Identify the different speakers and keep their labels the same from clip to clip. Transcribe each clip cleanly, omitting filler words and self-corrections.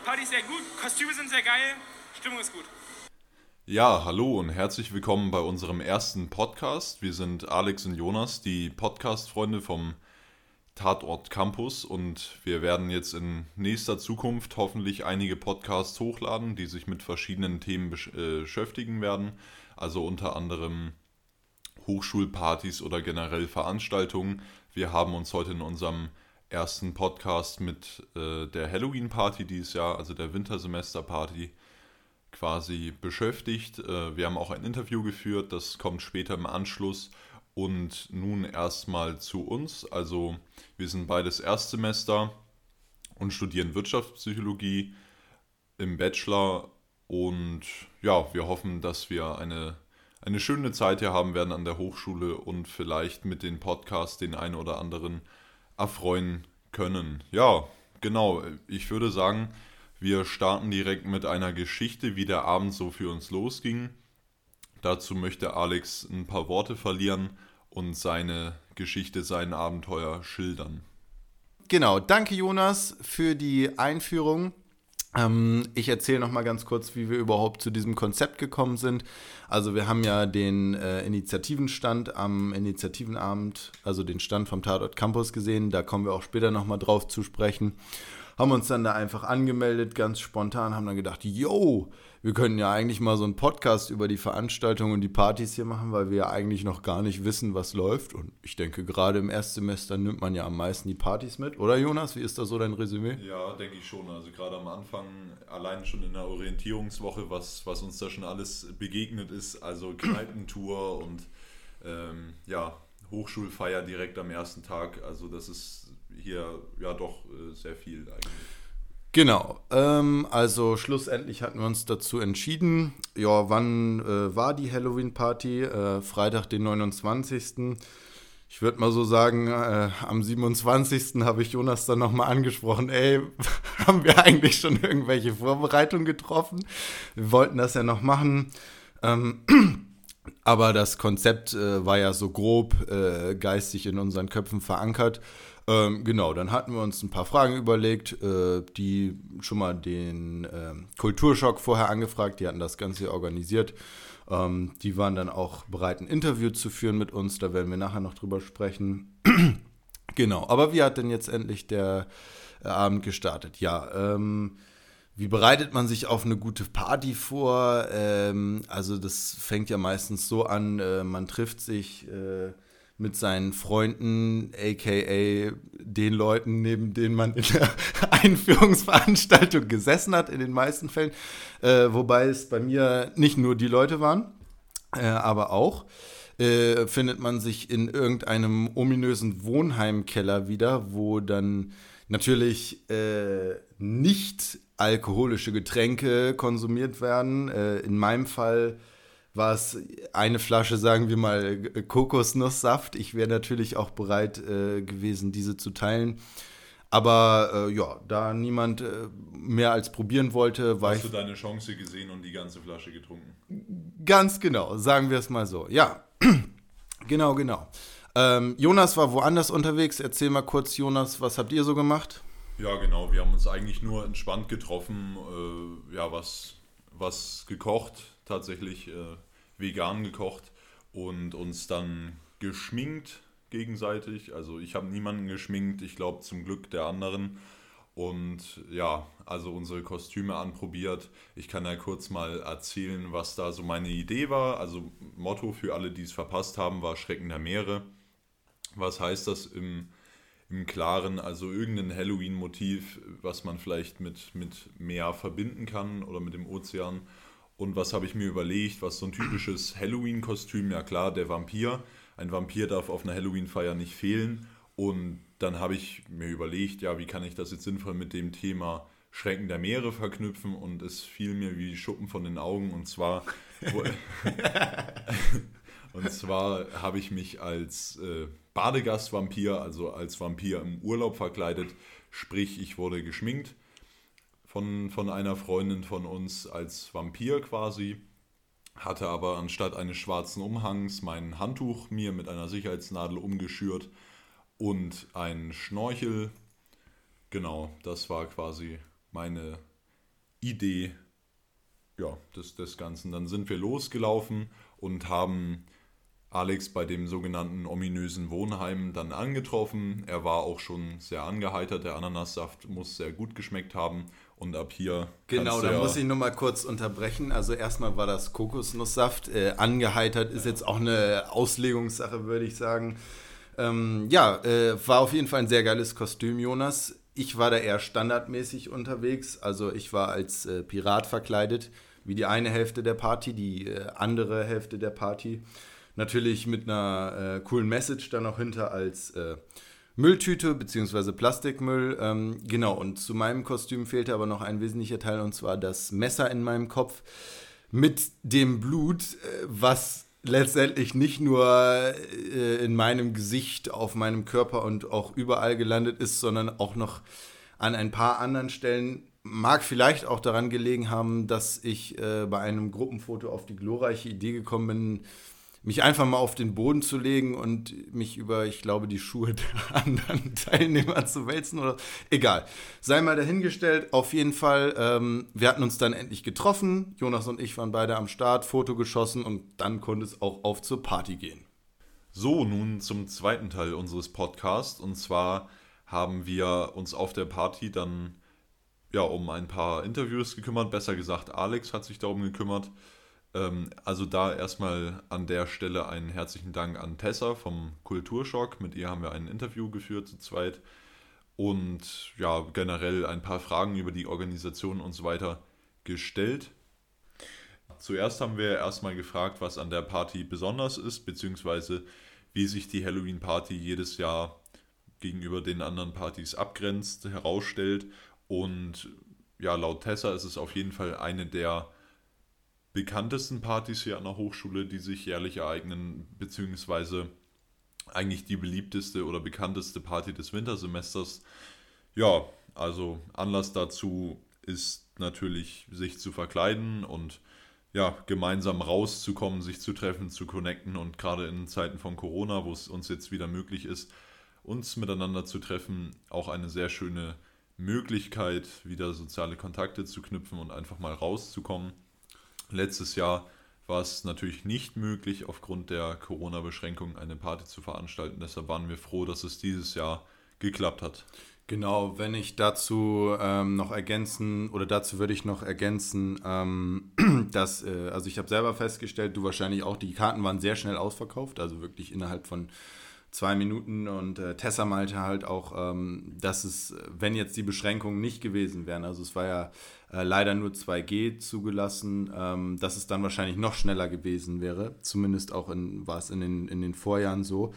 Speaker 1: Party ist sehr gut, Kostüme sind sehr geil, Stimmung ist gut.
Speaker 2: Ja, hallo und herzlich willkommen bei unserem ersten Podcast. Wir sind Alex und Jonas, die Podcast-Freunde vom Tatort Campus, und wir werden jetzt in nächster Zukunft hoffentlich einige Podcasts hochladen, die sich mit verschiedenen Themen beschäftigen werden. Also unter anderem Hochschulpartys oder generell Veranstaltungen. Wir haben uns heute in unserem ersten Podcast mit der Halloween-Party dieses Jahr, also der Wintersemester-Party, quasi beschäftigt. Wir haben auch ein Interview geführt, das kommt später im Anschluss. Und nun erstmal zu uns. Also wir sind beides Erstsemester und studieren Wirtschaftspsychologie im Bachelor. Und ja, wir hoffen, dass wir eine schöne Zeit hier haben werden an der Hochschule und vielleicht mit den Podcasts den einen oder anderen erfreuen können. Ja, genau. Ich würde sagen, wir starten direkt mit einer Geschichte, wie der Abend so für uns losging. Dazu möchte Alex ein paar Worte verlieren und seine Geschichte, sein Abenteuer schildern.
Speaker 3: Genau, danke Jonas für die Einführung. Ich erzähle noch mal ganz kurz, wie wir überhaupt zu diesem Konzept gekommen sind. Also wir haben ja den Initiativenstand am Initiativenabend, also den Stand vom Tatort Campus gesehen. Da kommen wir auch später noch mal drauf zu sprechen. Haben uns dann da einfach angemeldet, ganz spontan, haben dann gedacht, yo, wir können ja eigentlich mal so einen Podcast über die Veranstaltungen und die Partys hier machen, weil wir ja eigentlich noch gar nicht wissen, was läuft. Und ich denke, gerade im Erstsemester nimmt man ja am meisten die Partys mit. Oder Jonas, wie ist da so dein Resümee?
Speaker 2: Ja, denke ich schon. Also gerade am Anfang, allein schon in der Orientierungswoche, was uns da schon alles begegnet ist. Also Kneipentour und Hochschulfeier direkt am ersten Tag. Also das ist hier ja doch sehr viel eigentlich.
Speaker 3: Genau, also schlussendlich hatten wir uns dazu entschieden, ja, wann war die Halloween-Party? Freitag, den 29. Ich würde mal so sagen, am 27. habe ich Jonas dann nochmal angesprochen, ey, haben wir eigentlich schon irgendwelche Vorbereitungen getroffen? Wir wollten das ja noch machen, aber das Konzept war ja so grob geistig in unseren Köpfen verankert. Genau, dann hatten wir uns ein paar Fragen überlegt, die schon mal den Kulturschock vorher angefragt, die hatten das Ganze hier organisiert. Die waren dann auch bereit, ein Interview zu führen mit uns, da werden wir nachher noch drüber sprechen. Genau, aber wie hat denn jetzt endlich der Abend gestartet? Ja, wie bereitet man sich auf eine gute Party vor? Also das fängt ja meistens so an, man trifft sich mit seinen Freunden, aka den Leuten, neben denen man in der Einführungsveranstaltung gesessen hat, in den meisten Fällen. Wobei es bei mir nicht nur die Leute waren, aber auch findet man sich in irgendeinem ominösen Wohnheimkeller wieder, wo dann natürlich nicht alkoholische Getränke konsumiert werden. In meinem Fall war es eine Flasche, sagen wir mal, Kokosnusssaft. Ich wäre natürlich auch bereit gewesen, diese zu teilen. Aber da niemand mehr als probieren wollte, war
Speaker 2: Hast du deine Chance gesehen und die ganze Flasche getrunken?
Speaker 3: Ganz genau, sagen wir es mal so. Ja, genau. Jonas war woanders unterwegs. Erzähl mal kurz, Jonas, was habt ihr so gemacht?
Speaker 2: Ja, genau. Wir haben uns eigentlich nur entspannt getroffen, was gekocht, tatsächlich vegan gekocht und uns dann geschminkt gegenseitig. Also ich habe niemanden geschminkt, ich glaube zum Glück der anderen. Und ja, also unsere Kostüme anprobiert. Ich kann ja kurz mal erzählen, was da so meine Idee war. Also Motto für alle, die es verpasst haben, war Schrecken der Meere. Was heißt das im Klaren? Also irgendein Halloween-Motiv, was man vielleicht mit Meer verbinden kann oder mit dem Ozean. Und was habe ich mir überlegt, was so ein typisches Halloween-Kostüm, ja klar, der Vampir. Ein Vampir darf auf einer Halloween-Feier nicht fehlen. Und dann habe ich mir überlegt, ja, wie kann ich das jetzt sinnvoll mit dem Thema Schrecken der Meere verknüpfen? Und es fiel mir wie Schuppen von den Augen. Und zwar habe ich mich als Badegast-Vampir, also als Vampir im Urlaub verkleidet. Sprich, ich wurde geschminkt von einer Freundin von uns als Vampir quasi, hatte aber anstatt eines schwarzen Umhangs mein Handtuch mir mit einer Sicherheitsnadel umgeschürt und ein Schnorchel. Genau, das war quasi meine Idee des Ganzen. Dann sind wir losgelaufen und haben Alex bei dem sogenannten ominösen Wohnheim dann angetroffen. Er war auch schon sehr angeheitert. Der Ananassaft muss sehr gut geschmeckt haben. Und ab hier.
Speaker 3: Genau, da muss ich nur mal kurz unterbrechen. Also erstmal war das Kokosnusssaft. Angeheitert ist jetzt auch eine Auslegungssache, würde ich sagen. War auf jeden Fall ein sehr geiles Kostüm, Jonas. Ich war da eher standardmäßig unterwegs. Also ich war als Pirat verkleidet, wie die eine Hälfte der Party, die andere Hälfte der Party. Natürlich mit einer coolen Message dann noch hinter als Mülltüte bzw. Plastikmüll. Genau, und zu meinem Kostüm fehlte aber noch ein wesentlicher Teil, und zwar das Messer in meinem Kopf mit dem Blut, was letztendlich nicht nur in meinem Gesicht, auf meinem Körper und auch überall gelandet ist, sondern auch noch an ein paar anderen Stellen. Mag vielleicht auch daran gelegen haben, dass ich bei einem Gruppenfoto auf die glorreiche Idee gekommen bin, mich einfach mal auf den Boden zu legen und mich über, ich glaube, die Schuhe der anderen Teilnehmer zu wälzen oder egal. Sei mal dahingestellt, auf jeden Fall. Wir hatten uns dann endlich getroffen. Jonas und ich waren beide am Start, Foto geschossen und dann konnte es auch auf zur Party gehen.
Speaker 2: So, nun zum zweiten Teil unseres Podcasts. Und zwar haben wir uns auf der Party dann um ein paar Interviews gekümmert. Besser gesagt, Alex hat sich darum gekümmert. Also da erstmal an der Stelle einen herzlichen Dank an Tessa vom Kulturschock. Mit ihr haben wir ein Interview geführt zu zweit und generell ein paar Fragen über die Organisation und so weiter gestellt. Zuerst haben wir erstmal gefragt, was an der Party besonders ist, beziehungsweise wie sich die Halloween-Party jedes Jahr gegenüber den anderen Partys abgrenzt, herausstellt. Und laut Tessa ist es auf jeden Fall eine der bekanntesten Partys hier an der Hochschule, die sich jährlich ereignen, beziehungsweise eigentlich die beliebteste oder bekannteste Party des Wintersemesters. Ja, also Anlass dazu ist natürlich, sich zu verkleiden und gemeinsam rauszukommen, sich zu treffen, zu connecten, und gerade in Zeiten von Corona, wo es uns jetzt wieder möglich ist, uns miteinander zu treffen, auch eine sehr schöne Möglichkeit, wieder soziale Kontakte zu knüpfen und einfach mal rauszukommen. Letztes Jahr war es natürlich nicht möglich, aufgrund der Corona-Beschränkungen eine Party zu veranstalten. Deshalb waren wir froh, dass es dieses Jahr geklappt hat.
Speaker 3: Genau, wenn ich dazu dazu würde ich noch ergänzen, dass, also ich habe selber festgestellt, du wahrscheinlich auch, die Karten waren sehr schnell ausverkauft, also wirklich innerhalb von 2 Minuten, und Tessa meinte halt auch, dass es, wenn jetzt die Beschränkungen nicht gewesen wären, also es war ja leider nur 2G zugelassen, dass es dann wahrscheinlich noch schneller gewesen wäre, zumindest auch war es in den Vorjahren so.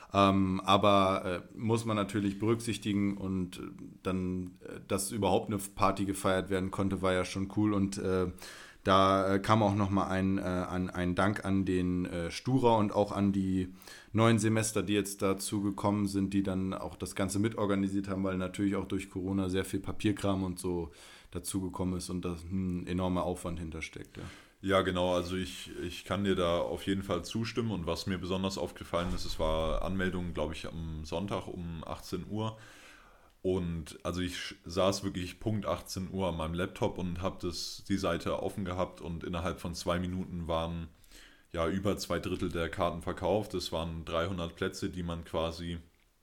Speaker 3: Aber muss man natürlich berücksichtigen, und dann, dass überhaupt eine Party gefeiert werden konnte, war ja schon cool, und da kam auch nochmal ein Dank an den Sturer und auch an die neuen Semester, die jetzt dazu gekommen sind, die dann auch das Ganze mitorganisiert haben, weil natürlich auch durch Corona sehr viel Papierkram und so dazugekommen ist und da ein enormer Aufwand hintersteckt.
Speaker 2: Ja, genau, also ich kann dir da auf jeden Fall zustimmen, und was mir besonders aufgefallen ist, es war Anmeldung, glaube ich, am Sonntag um 18 Uhr. Und also ich saß wirklich Punkt 18 Uhr an meinem Laptop und habe die Seite offen gehabt, und innerhalb von 2 Minuten waren über 2/3 der Karten verkauft. Es waren 300 Plätze, die man quasi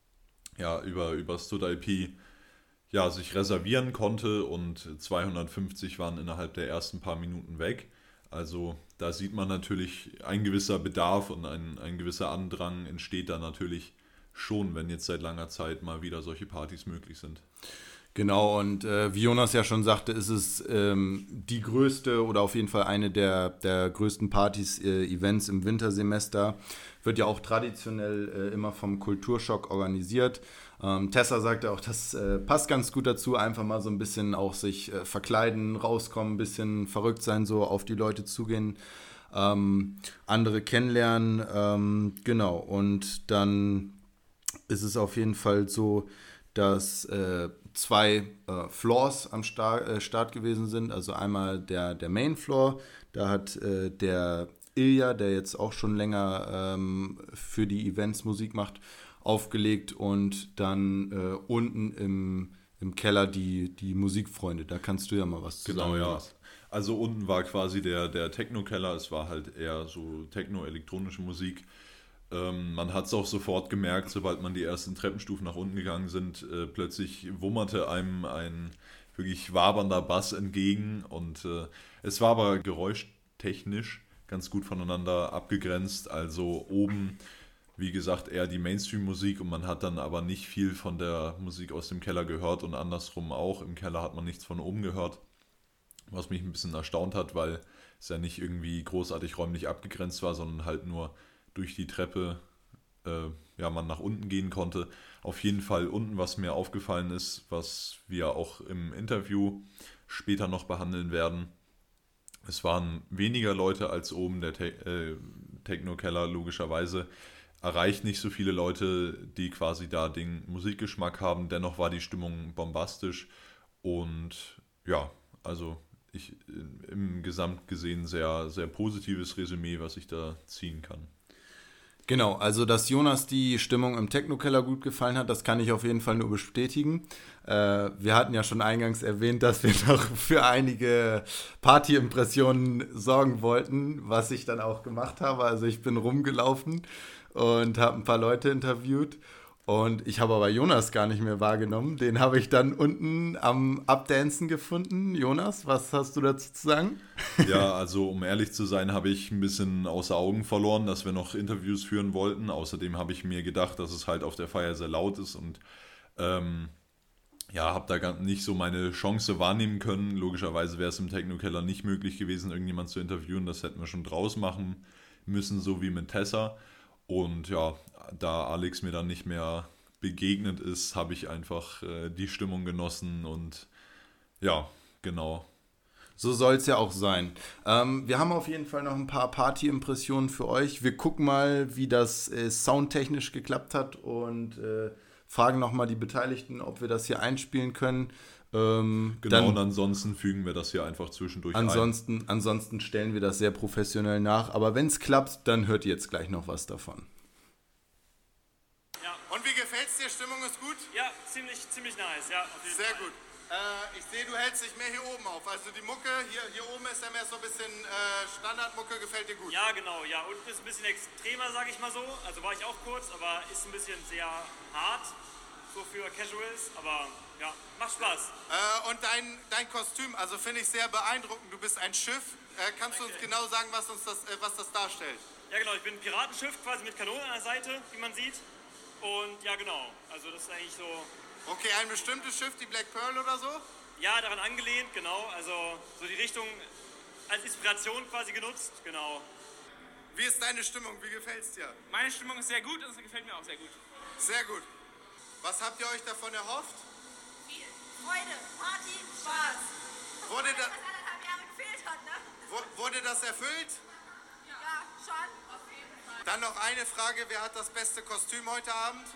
Speaker 2: über StudIP sich reservieren konnte, und 250 waren innerhalb der ersten paar Minuten weg. Also da sieht man natürlich, ein gewisser Bedarf und ein gewisser Andrang entsteht da natürlich schon, wenn jetzt seit langer Zeit mal wieder solche Partys möglich sind.
Speaker 3: Genau, und wie Jonas ja schon sagte, ist es die größte oder auf jeden Fall eine der größten Partys, Events im Wintersemester. Wird ja auch traditionell immer vom Kulturschock organisiert. Tessa sagte auch, das passt ganz gut dazu, einfach mal so ein bisschen auch sich verkleiden, rauskommen, ein bisschen verrückt sein, so auf die Leute zugehen, andere kennenlernen. Genau, und dann ist es auf jeden Fall so, dass 2 Floors am Start gewesen sind. Also einmal der Main Floor, da hat der Ilja, der jetzt auch schon länger für die Events Musik macht, aufgelegt, und dann unten im im Keller die Musikfreunde. Da kannst du ja mal was zu sagen.
Speaker 2: Genau, ja.
Speaker 3: Jonas.
Speaker 2: Also unten war quasi der Techno-Keller, es war halt eher so Techno-elektronische Musik. Man hat es auch sofort gemerkt, sobald man die ersten Treppenstufen nach unten gegangen sind, plötzlich wummerte einem ein wirklich wabernder Bass entgegen und es war aber geräuschtechnisch ganz gut voneinander abgegrenzt. Also oben, wie gesagt, eher die Mainstream-Musik und man hat dann aber nicht viel von der Musik aus dem Keller gehört und andersrum auch. Im Keller hat man nichts von oben gehört, was mich ein bisschen erstaunt hat, weil es ja nicht irgendwie großartig räumlich abgegrenzt war, sondern halt nur durch die Treppe man nach unten gehen konnte. Auf jeden Fall unten, was mir aufgefallen ist, was wir auch im Interview später noch behandeln werden. Es waren weniger Leute als oben, der Techno-Keller logischerweise erreicht nicht so viele Leute, die quasi da den Musikgeschmack haben. Dennoch war die Stimmung bombastisch und ja, also im Gesamt gesehen sehr, sehr positives Resümee, was ich da ziehen kann.
Speaker 3: Genau, also dass Jonas die Stimmung im Techno-Keller gut gefallen hat, das kann ich auf jeden Fall nur bestätigen. Wir hatten ja schon eingangs erwähnt, dass wir noch für einige Party-Impressionen sorgen wollten, was ich dann auch gemacht habe. Also ich bin rumgelaufen und habe ein paar Leute interviewt und ich habe aber Jonas gar nicht mehr wahrgenommen. Den habe ich dann unten am Updancen gefunden. Jonas, was hast du dazu zu sagen?
Speaker 2: Ja, also um ehrlich zu sein, habe ich ein bisschen außer Augen verloren, dass wir noch Interviews führen wollten. Außerdem habe ich mir gedacht, dass es halt auf der Feier sehr laut ist und habe da nicht so meine Chance wahrnehmen können. Logischerweise wäre es im Techno-Keller nicht möglich gewesen, irgendjemand zu interviewen. Das hätten wir schon draus machen müssen, so wie mit Tessa. Und ja, da Alex mir dann nicht mehr begegnet ist, habe ich einfach die Stimmung genossen und ja, genau.
Speaker 3: So soll es ja auch sein. Wir haben auf jeden Fall noch ein paar Party-Impressionen für euch. Wir gucken mal, wie das soundtechnisch geklappt hat und fragen nochmal die Beteiligten, ob wir das hier einspielen können.
Speaker 2: Und ansonsten fügen wir das hier einfach zwischendurch ein.
Speaker 3: Ansonsten stellen wir das sehr professionell nach. Aber wenn es klappt, dann hört ihr jetzt gleich noch was davon.
Speaker 1: Ja.
Speaker 4: Und wie gefällt's dir? Stimmung ist gut?
Speaker 1: Ja, ziemlich nice, ja. Auf jeden
Speaker 4: Sehr
Speaker 1: Fall.
Speaker 4: gut. Ich sehe, du hältst dich mehr hier oben auf. Also die Mucke, hier oben ist ja mehr so ein bisschen Standardmucke, gefällt dir gut?
Speaker 1: Ja, genau, ja. Unten ist ein bisschen extremer, sage ich mal so. Also war ich auch kurz, aber ist ein bisschen sehr hart, so für Casuals. Aber ja, macht Spaß.
Speaker 4: Und dein Kostüm, also finde ich sehr beeindruckend. Du bist ein Schiff. Kannst du uns genau sagen, was das darstellt?
Speaker 1: Ja, genau, ich bin ein Piratenschiff quasi mit Kanonen an der Seite, wie man sieht. Und ja, genau, also das ist eigentlich so...
Speaker 4: Okay, ein bestimmtes Schiff, die Black Pearl oder so?
Speaker 1: Ja, daran angelehnt, genau. Also so die Richtung als Inspiration quasi genutzt, genau.
Speaker 4: Wie ist deine Stimmung? Wie gefällt's dir?
Speaker 1: Meine Stimmung ist sehr gut und es gefällt mir auch sehr gut.
Speaker 4: Sehr gut. Was habt ihr euch davon erhofft?
Speaker 5: Viel Freude, Party, Spaß.
Speaker 4: Wurde
Speaker 5: Das anderthalb Jahre gefehlt hat, ne?
Speaker 4: Wurde das erfüllt?
Speaker 5: Ja, schon. Auf jeden Fall.
Speaker 4: Dann noch eine Frage, wer hat das beste Kostüm heute Abend?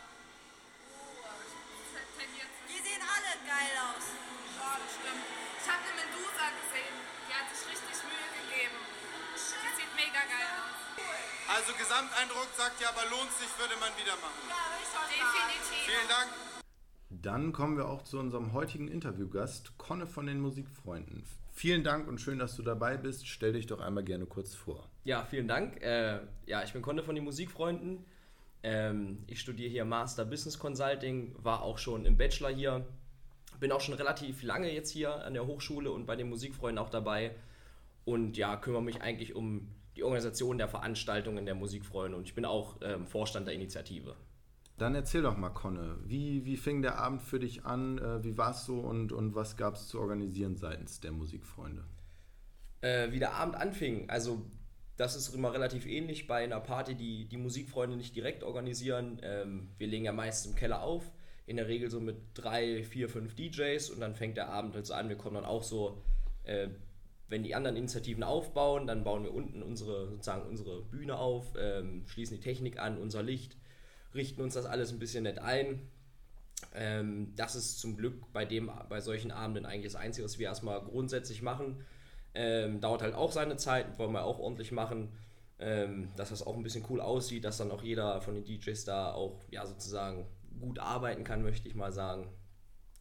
Speaker 5: Die sehen alle geil aus.
Speaker 6: Ja, das stimmt. Ich habe eine Medusa gesehen. Die hat sich richtig Mühe gegeben. Die sieht mega geil aus.
Speaker 4: Also Gesamteindruck sagt ja, aber lohnt sich, würde man wieder machen.
Speaker 5: Ja, will ich schon sagen.
Speaker 6: Definitiv.
Speaker 4: Vielen Dank.
Speaker 3: Dann kommen wir auch zu unserem heutigen Interviewgast, Conne von den Musikfreunden. Vielen Dank und schön, dass du dabei bist. Stell dich doch einmal gerne kurz vor.
Speaker 7: Ja, vielen Dank. Ich bin Conne von den Musikfreunden. Ich studiere hier Master Business Consulting, war auch schon im Bachelor hier. Bin auch schon relativ lange jetzt hier an der Hochschule und bei den Musikfreunden auch dabei. Und ja, kümmere mich eigentlich um die Organisation der Veranstaltungen der Musikfreunde. Und ich bin auch Vorstand der Initiative.
Speaker 3: Dann erzähl doch mal, Conne, wie fing der Abend für dich an? Wie war es so und was gab es zu organisieren seitens der Musikfreunde?
Speaker 7: Wie der Abend anfing, also das ist immer relativ ähnlich bei einer Party, die die Musikfreunde nicht direkt organisieren. Wir legen ja meistens im Keller auf, in der Regel so mit 3, 4, 5 DJs und dann fängt der Abend halt so an. Wir kommen dann auch so, wenn die anderen Initiativen aufbauen, dann bauen wir unten unsere Bühne auf, schließen die Technik an, unser Licht, richten uns das alles ein bisschen nett ein. Das ist zum Glück bei solchen Abenden eigentlich das Einzige, was wir erstmal grundsätzlich machen. Dauert halt auch seine Zeit, wollen wir auch ordentlich machen, dass das auch ein bisschen cool aussieht, dass dann auch jeder von den DJs da auch ja sozusagen gut arbeiten kann, möchte ich mal sagen.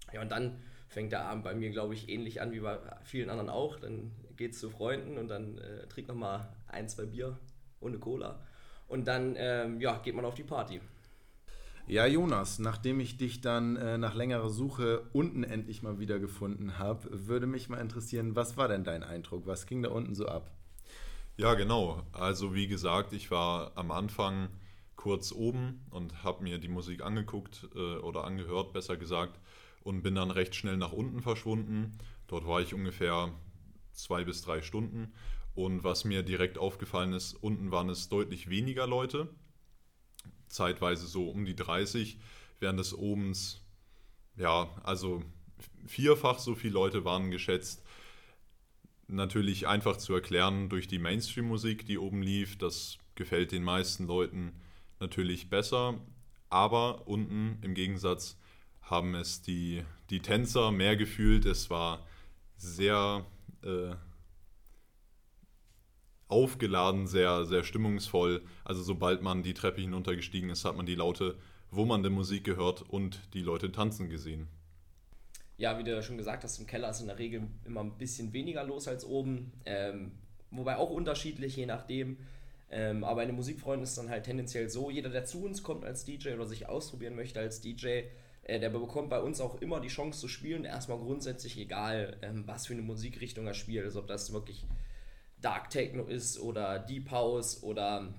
Speaker 7: Ja, und dann fängt der Abend bei mir, glaube ich, ähnlich an wie bei vielen anderen auch. Dann geht's zu Freunden und dann trinkt nochmal 1, 2 Bier ohne Cola. Und dann geht man auf die Party.
Speaker 3: Ja, Jonas, nachdem ich dich dann nach längerer Suche unten endlich mal wieder gefunden habe, würde mich mal interessieren, was war denn dein Eindruck? Was ging da unten so ab?
Speaker 2: Ja, genau. Also wie gesagt, ich war am Anfang kurz oben und habe mir die Musik angeguckt oder angehört, besser gesagt, und bin dann recht schnell nach unten verschwunden. Dort war ich ungefähr 2 bis 3 Stunden. Und was mir direkt aufgefallen ist, unten waren es deutlich weniger Leute, zeitweise so um die 30, während des obens, ja, also vierfach so viele Leute waren geschätzt. Natürlich einfach zu erklären durch die Mainstream-Musik, die oben lief. Das gefällt den meisten Leuten natürlich besser. Aber unten im Gegensatz haben es die Tänzer mehr gefühlt. Es war sehr aufgeladen, sehr, sehr stimmungsvoll. Also sobald man die Treppe hinuntergestiegen ist, hat man die laute, wummernde Musik gehört und die Leute tanzen gesehen.
Speaker 7: Ja, wie du ja schon gesagt hast, im Keller ist in der Regel immer ein bisschen weniger los als oben. Wobei auch unterschiedlich, je nachdem. Aber in den Musikfreunden ist es dann halt tendenziell so, jeder, der zu uns kommt als DJ oder sich ausprobieren möchte als DJ, der bekommt bei uns auch immer die Chance zu spielen. Erstmal grundsätzlich egal, was für eine Musikrichtung er spielt. Also ob das wirklich Dark Techno ist oder Deep House oder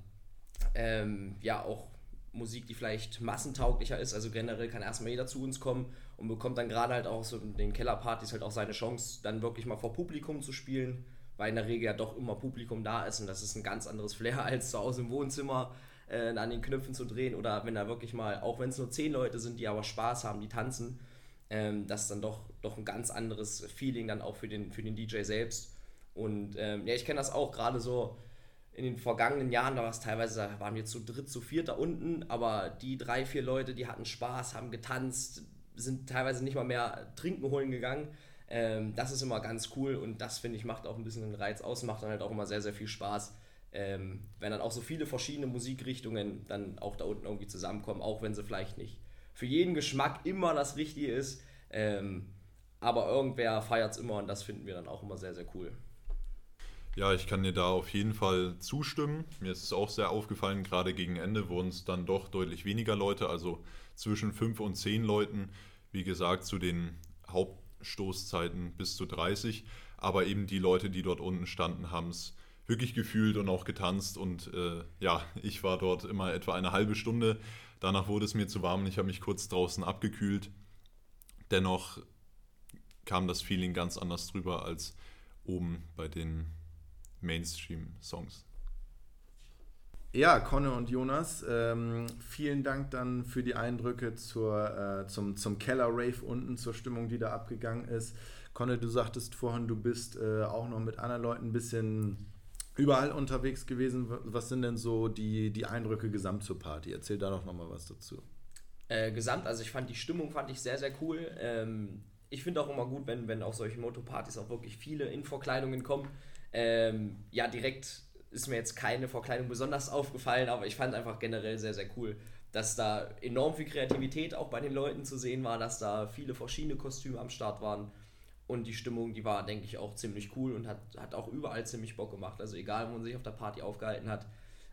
Speaker 7: auch Musik, die vielleicht massentauglicher ist. Also generell kann erstmal jeder zu uns kommen und bekommt dann gerade halt auch so in den Kellerpartys halt auch seine Chance, dann wirklich mal vor Publikum zu spielen, weil in der Regel ja doch immer Publikum da ist und das ist ein ganz anderes Flair als zu Hause im Wohnzimmer an den Knöpfen zu drehen oder wenn da wirklich mal, auch wenn es nur 10 Leute sind, die aber Spaß haben, die tanzen, das ist dann doch ein ganz anderes Feeling dann auch für den DJ selbst. Und ich kenne das auch gerade so in den vergangenen Jahren, da waren wir zu dritt, zu viert da unten, aber die 3, 4 Leute, die hatten Spaß, haben getanzt, sind teilweise nicht mal mehr trinken holen gegangen. Das ist immer ganz cool und das, finde ich, macht auch ein bisschen den Reiz aus, macht dann halt auch immer sehr, sehr viel Spaß, wenn dann auch so viele verschiedene Musikrichtungen dann auch da unten irgendwie zusammenkommen, auch wenn sie vielleicht nicht für jeden Geschmack immer das Richtige ist, aber irgendwer feiert es immer und das finden wir dann auch immer sehr, sehr cool.
Speaker 2: Ja, ich kann dir da auf jeden Fall zustimmen. Mir ist es auch sehr aufgefallen, gerade gegen Ende wurden es dann doch deutlich weniger Leute, also zwischen 5 und 10 Leuten, wie gesagt, zu den Hauptstoßzeiten bis zu 30. Aber eben die Leute, die dort unten standen, haben es wirklich gefühlt und auch getanzt. Und ich war dort immer etwa eine halbe Stunde. Danach wurde es mir zu warm und ich habe mich kurz draußen abgekühlt. Dennoch kam das Feeling ganz anders drüber als oben bei den Mainstream-Songs.
Speaker 3: Ja, Conne und Jonas, vielen Dank dann für die Eindrücke zum Keller-Rave unten, zur Stimmung, die da abgegangen ist. Conne, du sagtest vorhin, du bist auch noch mit anderen Leuten ein bisschen überall unterwegs gewesen. Was sind denn so die Eindrücke gesamt zur Party? Erzähl da doch nochmal was dazu.
Speaker 7: Gesamt, also ich fand die Stimmung sehr, sehr cool. Ich finde auch immer gut, wenn auf solchen Motopartys auch wirklich viele in Verkleidungen kommen. Direkt ist mir jetzt keine Verkleidung besonders aufgefallen, aber ich fand einfach generell sehr, sehr cool, dass da enorm viel Kreativität auch bei den Leuten zu sehen war, dass da viele verschiedene Kostüme am Start waren und die Stimmung, die war, denke ich, auch ziemlich cool und hat auch überall ziemlich Bock gemacht. Also egal, wo man sich auf der Party aufgehalten hat,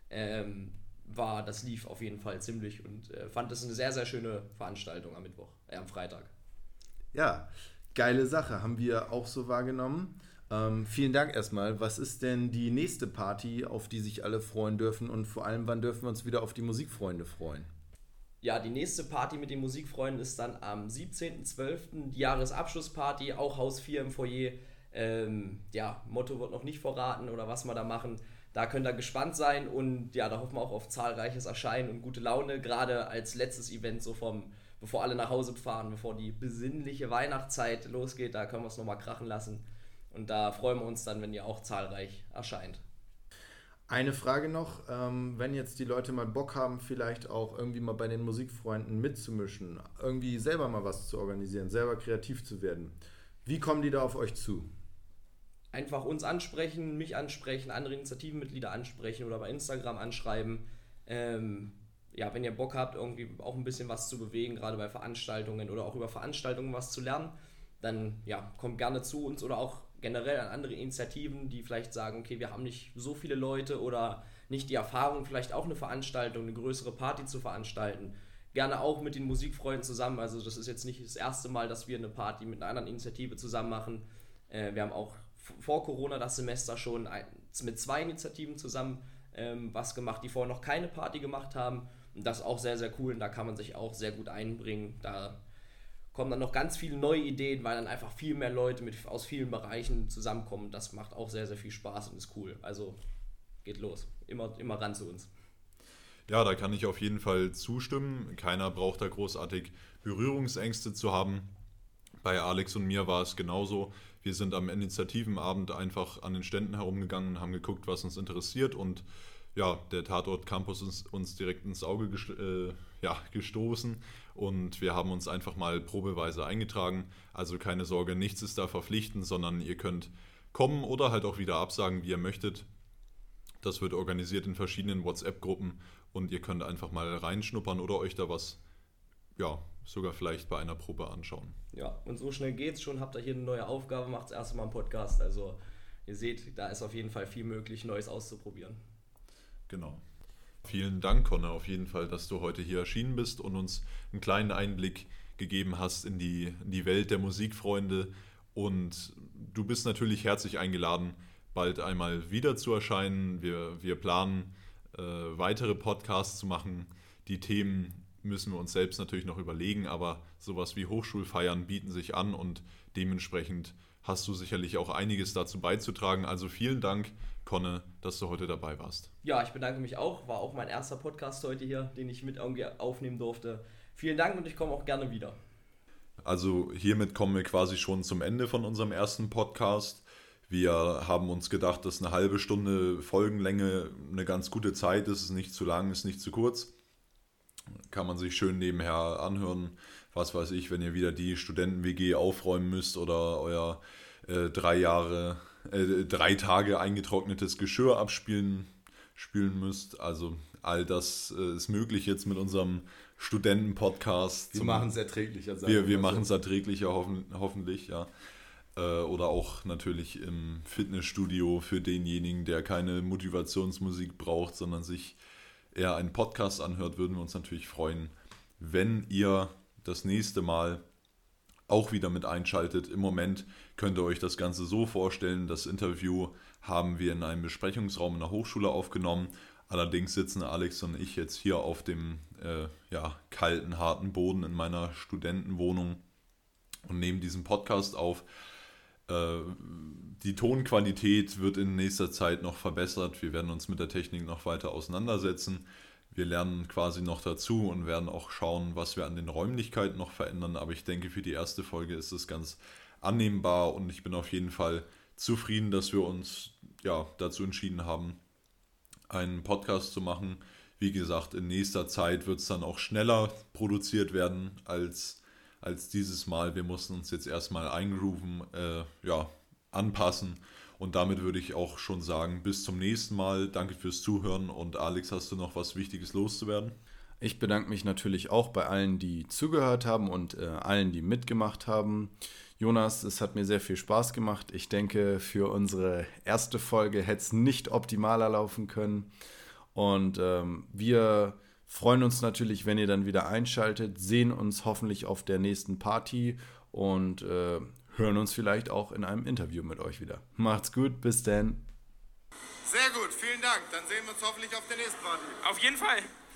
Speaker 7: das lief auf jeden Fall ziemlich und fand das eine sehr, sehr schöne Veranstaltung am Freitag.
Speaker 3: Ja, geile Sache, haben wir auch so wahrgenommen. Vielen Dank erstmal. Was ist denn die nächste Party, auf die sich alle freuen dürfen und vor allem, wann dürfen wir uns wieder auf die Musikfreunde freuen?
Speaker 7: Ja, die nächste Party mit den Musikfreunden ist dann am 17.12., die Jahresabschlussparty, auch Haus 4 im Foyer. Motto wird noch nicht verraten oder was wir da machen. Da könnt ihr gespannt sein und ja, da hoffen wir auch auf zahlreiches Erscheinen und gute Laune, gerade als letztes Event bevor alle nach Hause fahren, bevor die besinnliche Weihnachtszeit losgeht, da können wir es nochmal krachen lassen. Und da freuen wir uns dann, wenn ihr auch zahlreich erscheint.
Speaker 3: Eine Frage noch, wenn jetzt die Leute mal Bock haben, vielleicht auch irgendwie mal bei den Musikfreunden mitzumischen, irgendwie selber mal was zu organisieren, selber kreativ zu werden. Wie kommen die da auf euch zu?
Speaker 7: Einfach uns ansprechen, mich ansprechen, andere Initiativenmitglieder ansprechen oder bei Instagram anschreiben. ja, wenn ihr Bock habt, irgendwie auch ein bisschen was zu bewegen, gerade bei Veranstaltungen oder auch über Veranstaltungen was zu lernen, dann ja, kommt gerne zu uns oder auch generell an andere Initiativen, die vielleicht sagen, okay, wir haben nicht so viele Leute oder nicht die Erfahrung, vielleicht auch eine Veranstaltung, eine größere Party zu veranstalten. Gerne auch mit den Musikfreunden zusammen, also das ist jetzt nicht das erste Mal, dass wir eine Party mit einer anderen Initiative zusammen machen. Wir haben auch vor Corona das Semester schon mit 2 Initiativen zusammen was gemacht, die vorher noch keine Party gemacht haben. Und das ist auch sehr, sehr cool und da kann man sich auch sehr gut einbringen. Da kommen dann noch ganz viele neue Ideen, weil dann einfach viel mehr Leute aus vielen Bereichen zusammenkommen. Das macht auch sehr, sehr viel Spaß und ist cool. Also geht los. Immer ran zu uns.
Speaker 2: Ja, da kann ich auf jeden Fall zustimmen. Keiner braucht da großartig Berührungsängste zu haben. Bei Alex und mir war es genauso. Wir sind am Initiativenabend einfach an den Ständen herumgegangen, haben geguckt, was uns interessiert und ja, der Tatort Campus ist uns direkt ins Auge gestoßen und wir haben uns einfach mal probeweise eingetragen. Also keine Sorge, nichts ist da verpflichtend, sondern ihr könnt kommen oder halt auch wieder absagen, wie ihr möchtet. Das wird organisiert in verschiedenen WhatsApp-Gruppen und ihr könnt einfach mal reinschnuppern oder euch da was, ja, sogar vielleicht bei einer Probe anschauen.
Speaker 7: Ja, und so schnell geht's schon, habt ihr hier eine neue Aufgabe, macht das erste Mal einen Podcast. Also ihr seht, da ist auf jeden Fall viel möglich, Neues auszuprobieren.
Speaker 2: Genau. Vielen Dank, Conne, auf jeden Fall, dass du heute hier erschienen bist und uns einen kleinen Einblick gegeben hast in die Welt der Musikfreunde. Und du bist natürlich herzlich eingeladen, bald einmal wieder zu erscheinen. Wir planen, weitere Podcasts zu machen. Die Themen müssen wir uns selbst natürlich noch überlegen, aber sowas wie Hochschulfeiern bieten sich an und dementsprechend hast du sicherlich auch einiges dazu beizutragen. Also vielen Dank, Conne, dass du heute dabei warst.
Speaker 7: Ja, ich bedanke mich auch. War auch mein erster Podcast heute hier, den ich mit irgendwie aufnehmen durfte. Vielen Dank und ich komme auch gerne wieder.
Speaker 2: Also hiermit kommen wir quasi schon zum Ende von unserem ersten Podcast. Wir haben uns gedacht, dass eine halbe Stunde Folgenlänge eine ganz gute Zeit ist. Es ist nicht zu lang, ist nicht zu kurz. Kann man sich schön nebenher anhören. Was weiß ich, wenn ihr wieder die Studenten-WG aufräumen müsst oder euer 3 Tage eingetrocknetes Geschirr spülen müsst. Also all das ist möglich jetzt mit unserem Studenten-Podcast.
Speaker 3: Wir machen es erträglicher.
Speaker 2: Wir machen es erträglicher, hoffentlich, ja. Oder auch natürlich im Fitnessstudio für denjenigen, der keine Motivationsmusik braucht, sondern sich eher einen Podcast anhört, würden wir uns natürlich freuen, wenn ihr das nächste Mal auch wieder mit einschaltet. Im Moment könnt ihr euch das Ganze so vorstellen, das Interview haben wir in einem Besprechungsraum in der Hochschule aufgenommen. Allerdings sitzen Alex und ich jetzt hier auf dem kalten, harten Boden in meiner Studentenwohnung und nehmen diesen Podcast auf. Die Tonqualität wird in nächster Zeit noch verbessert. Wir werden uns mit der Technik noch weiter auseinandersetzen. Wir lernen quasi noch dazu und werden auch schauen, was wir an den Räumlichkeiten noch verändern. Aber ich denke, für die erste Folge ist es ganz annehmbar und ich bin auf jeden Fall zufrieden, dass wir uns dazu entschieden haben, einen Podcast zu machen. Wie gesagt, in nächster Zeit wird es dann auch schneller produziert werden als dieses Mal. Wir mussten uns jetzt erstmal eingrooven, anpassen. Und damit würde ich auch schon sagen, bis zum nächsten Mal. Danke fürs Zuhören. Und Alex, hast du noch was Wichtiges loszuwerden?
Speaker 3: Ich bedanke mich natürlich auch bei allen, die zugehört haben und allen, die mitgemacht haben. Jonas, es hat mir sehr viel Spaß gemacht. Ich denke, für unsere erste Folge hätte es nicht optimaler laufen können. Und wir freuen uns natürlich, wenn ihr dann wieder einschaltet, sehen uns hoffentlich auf der nächsten Party und hören uns vielleicht auch in einem Interview mit euch wieder. Macht's gut, bis dann.
Speaker 4: Sehr gut, vielen Dank. Dann sehen wir uns hoffentlich auf der nächsten Party.
Speaker 1: Auf jeden Fall.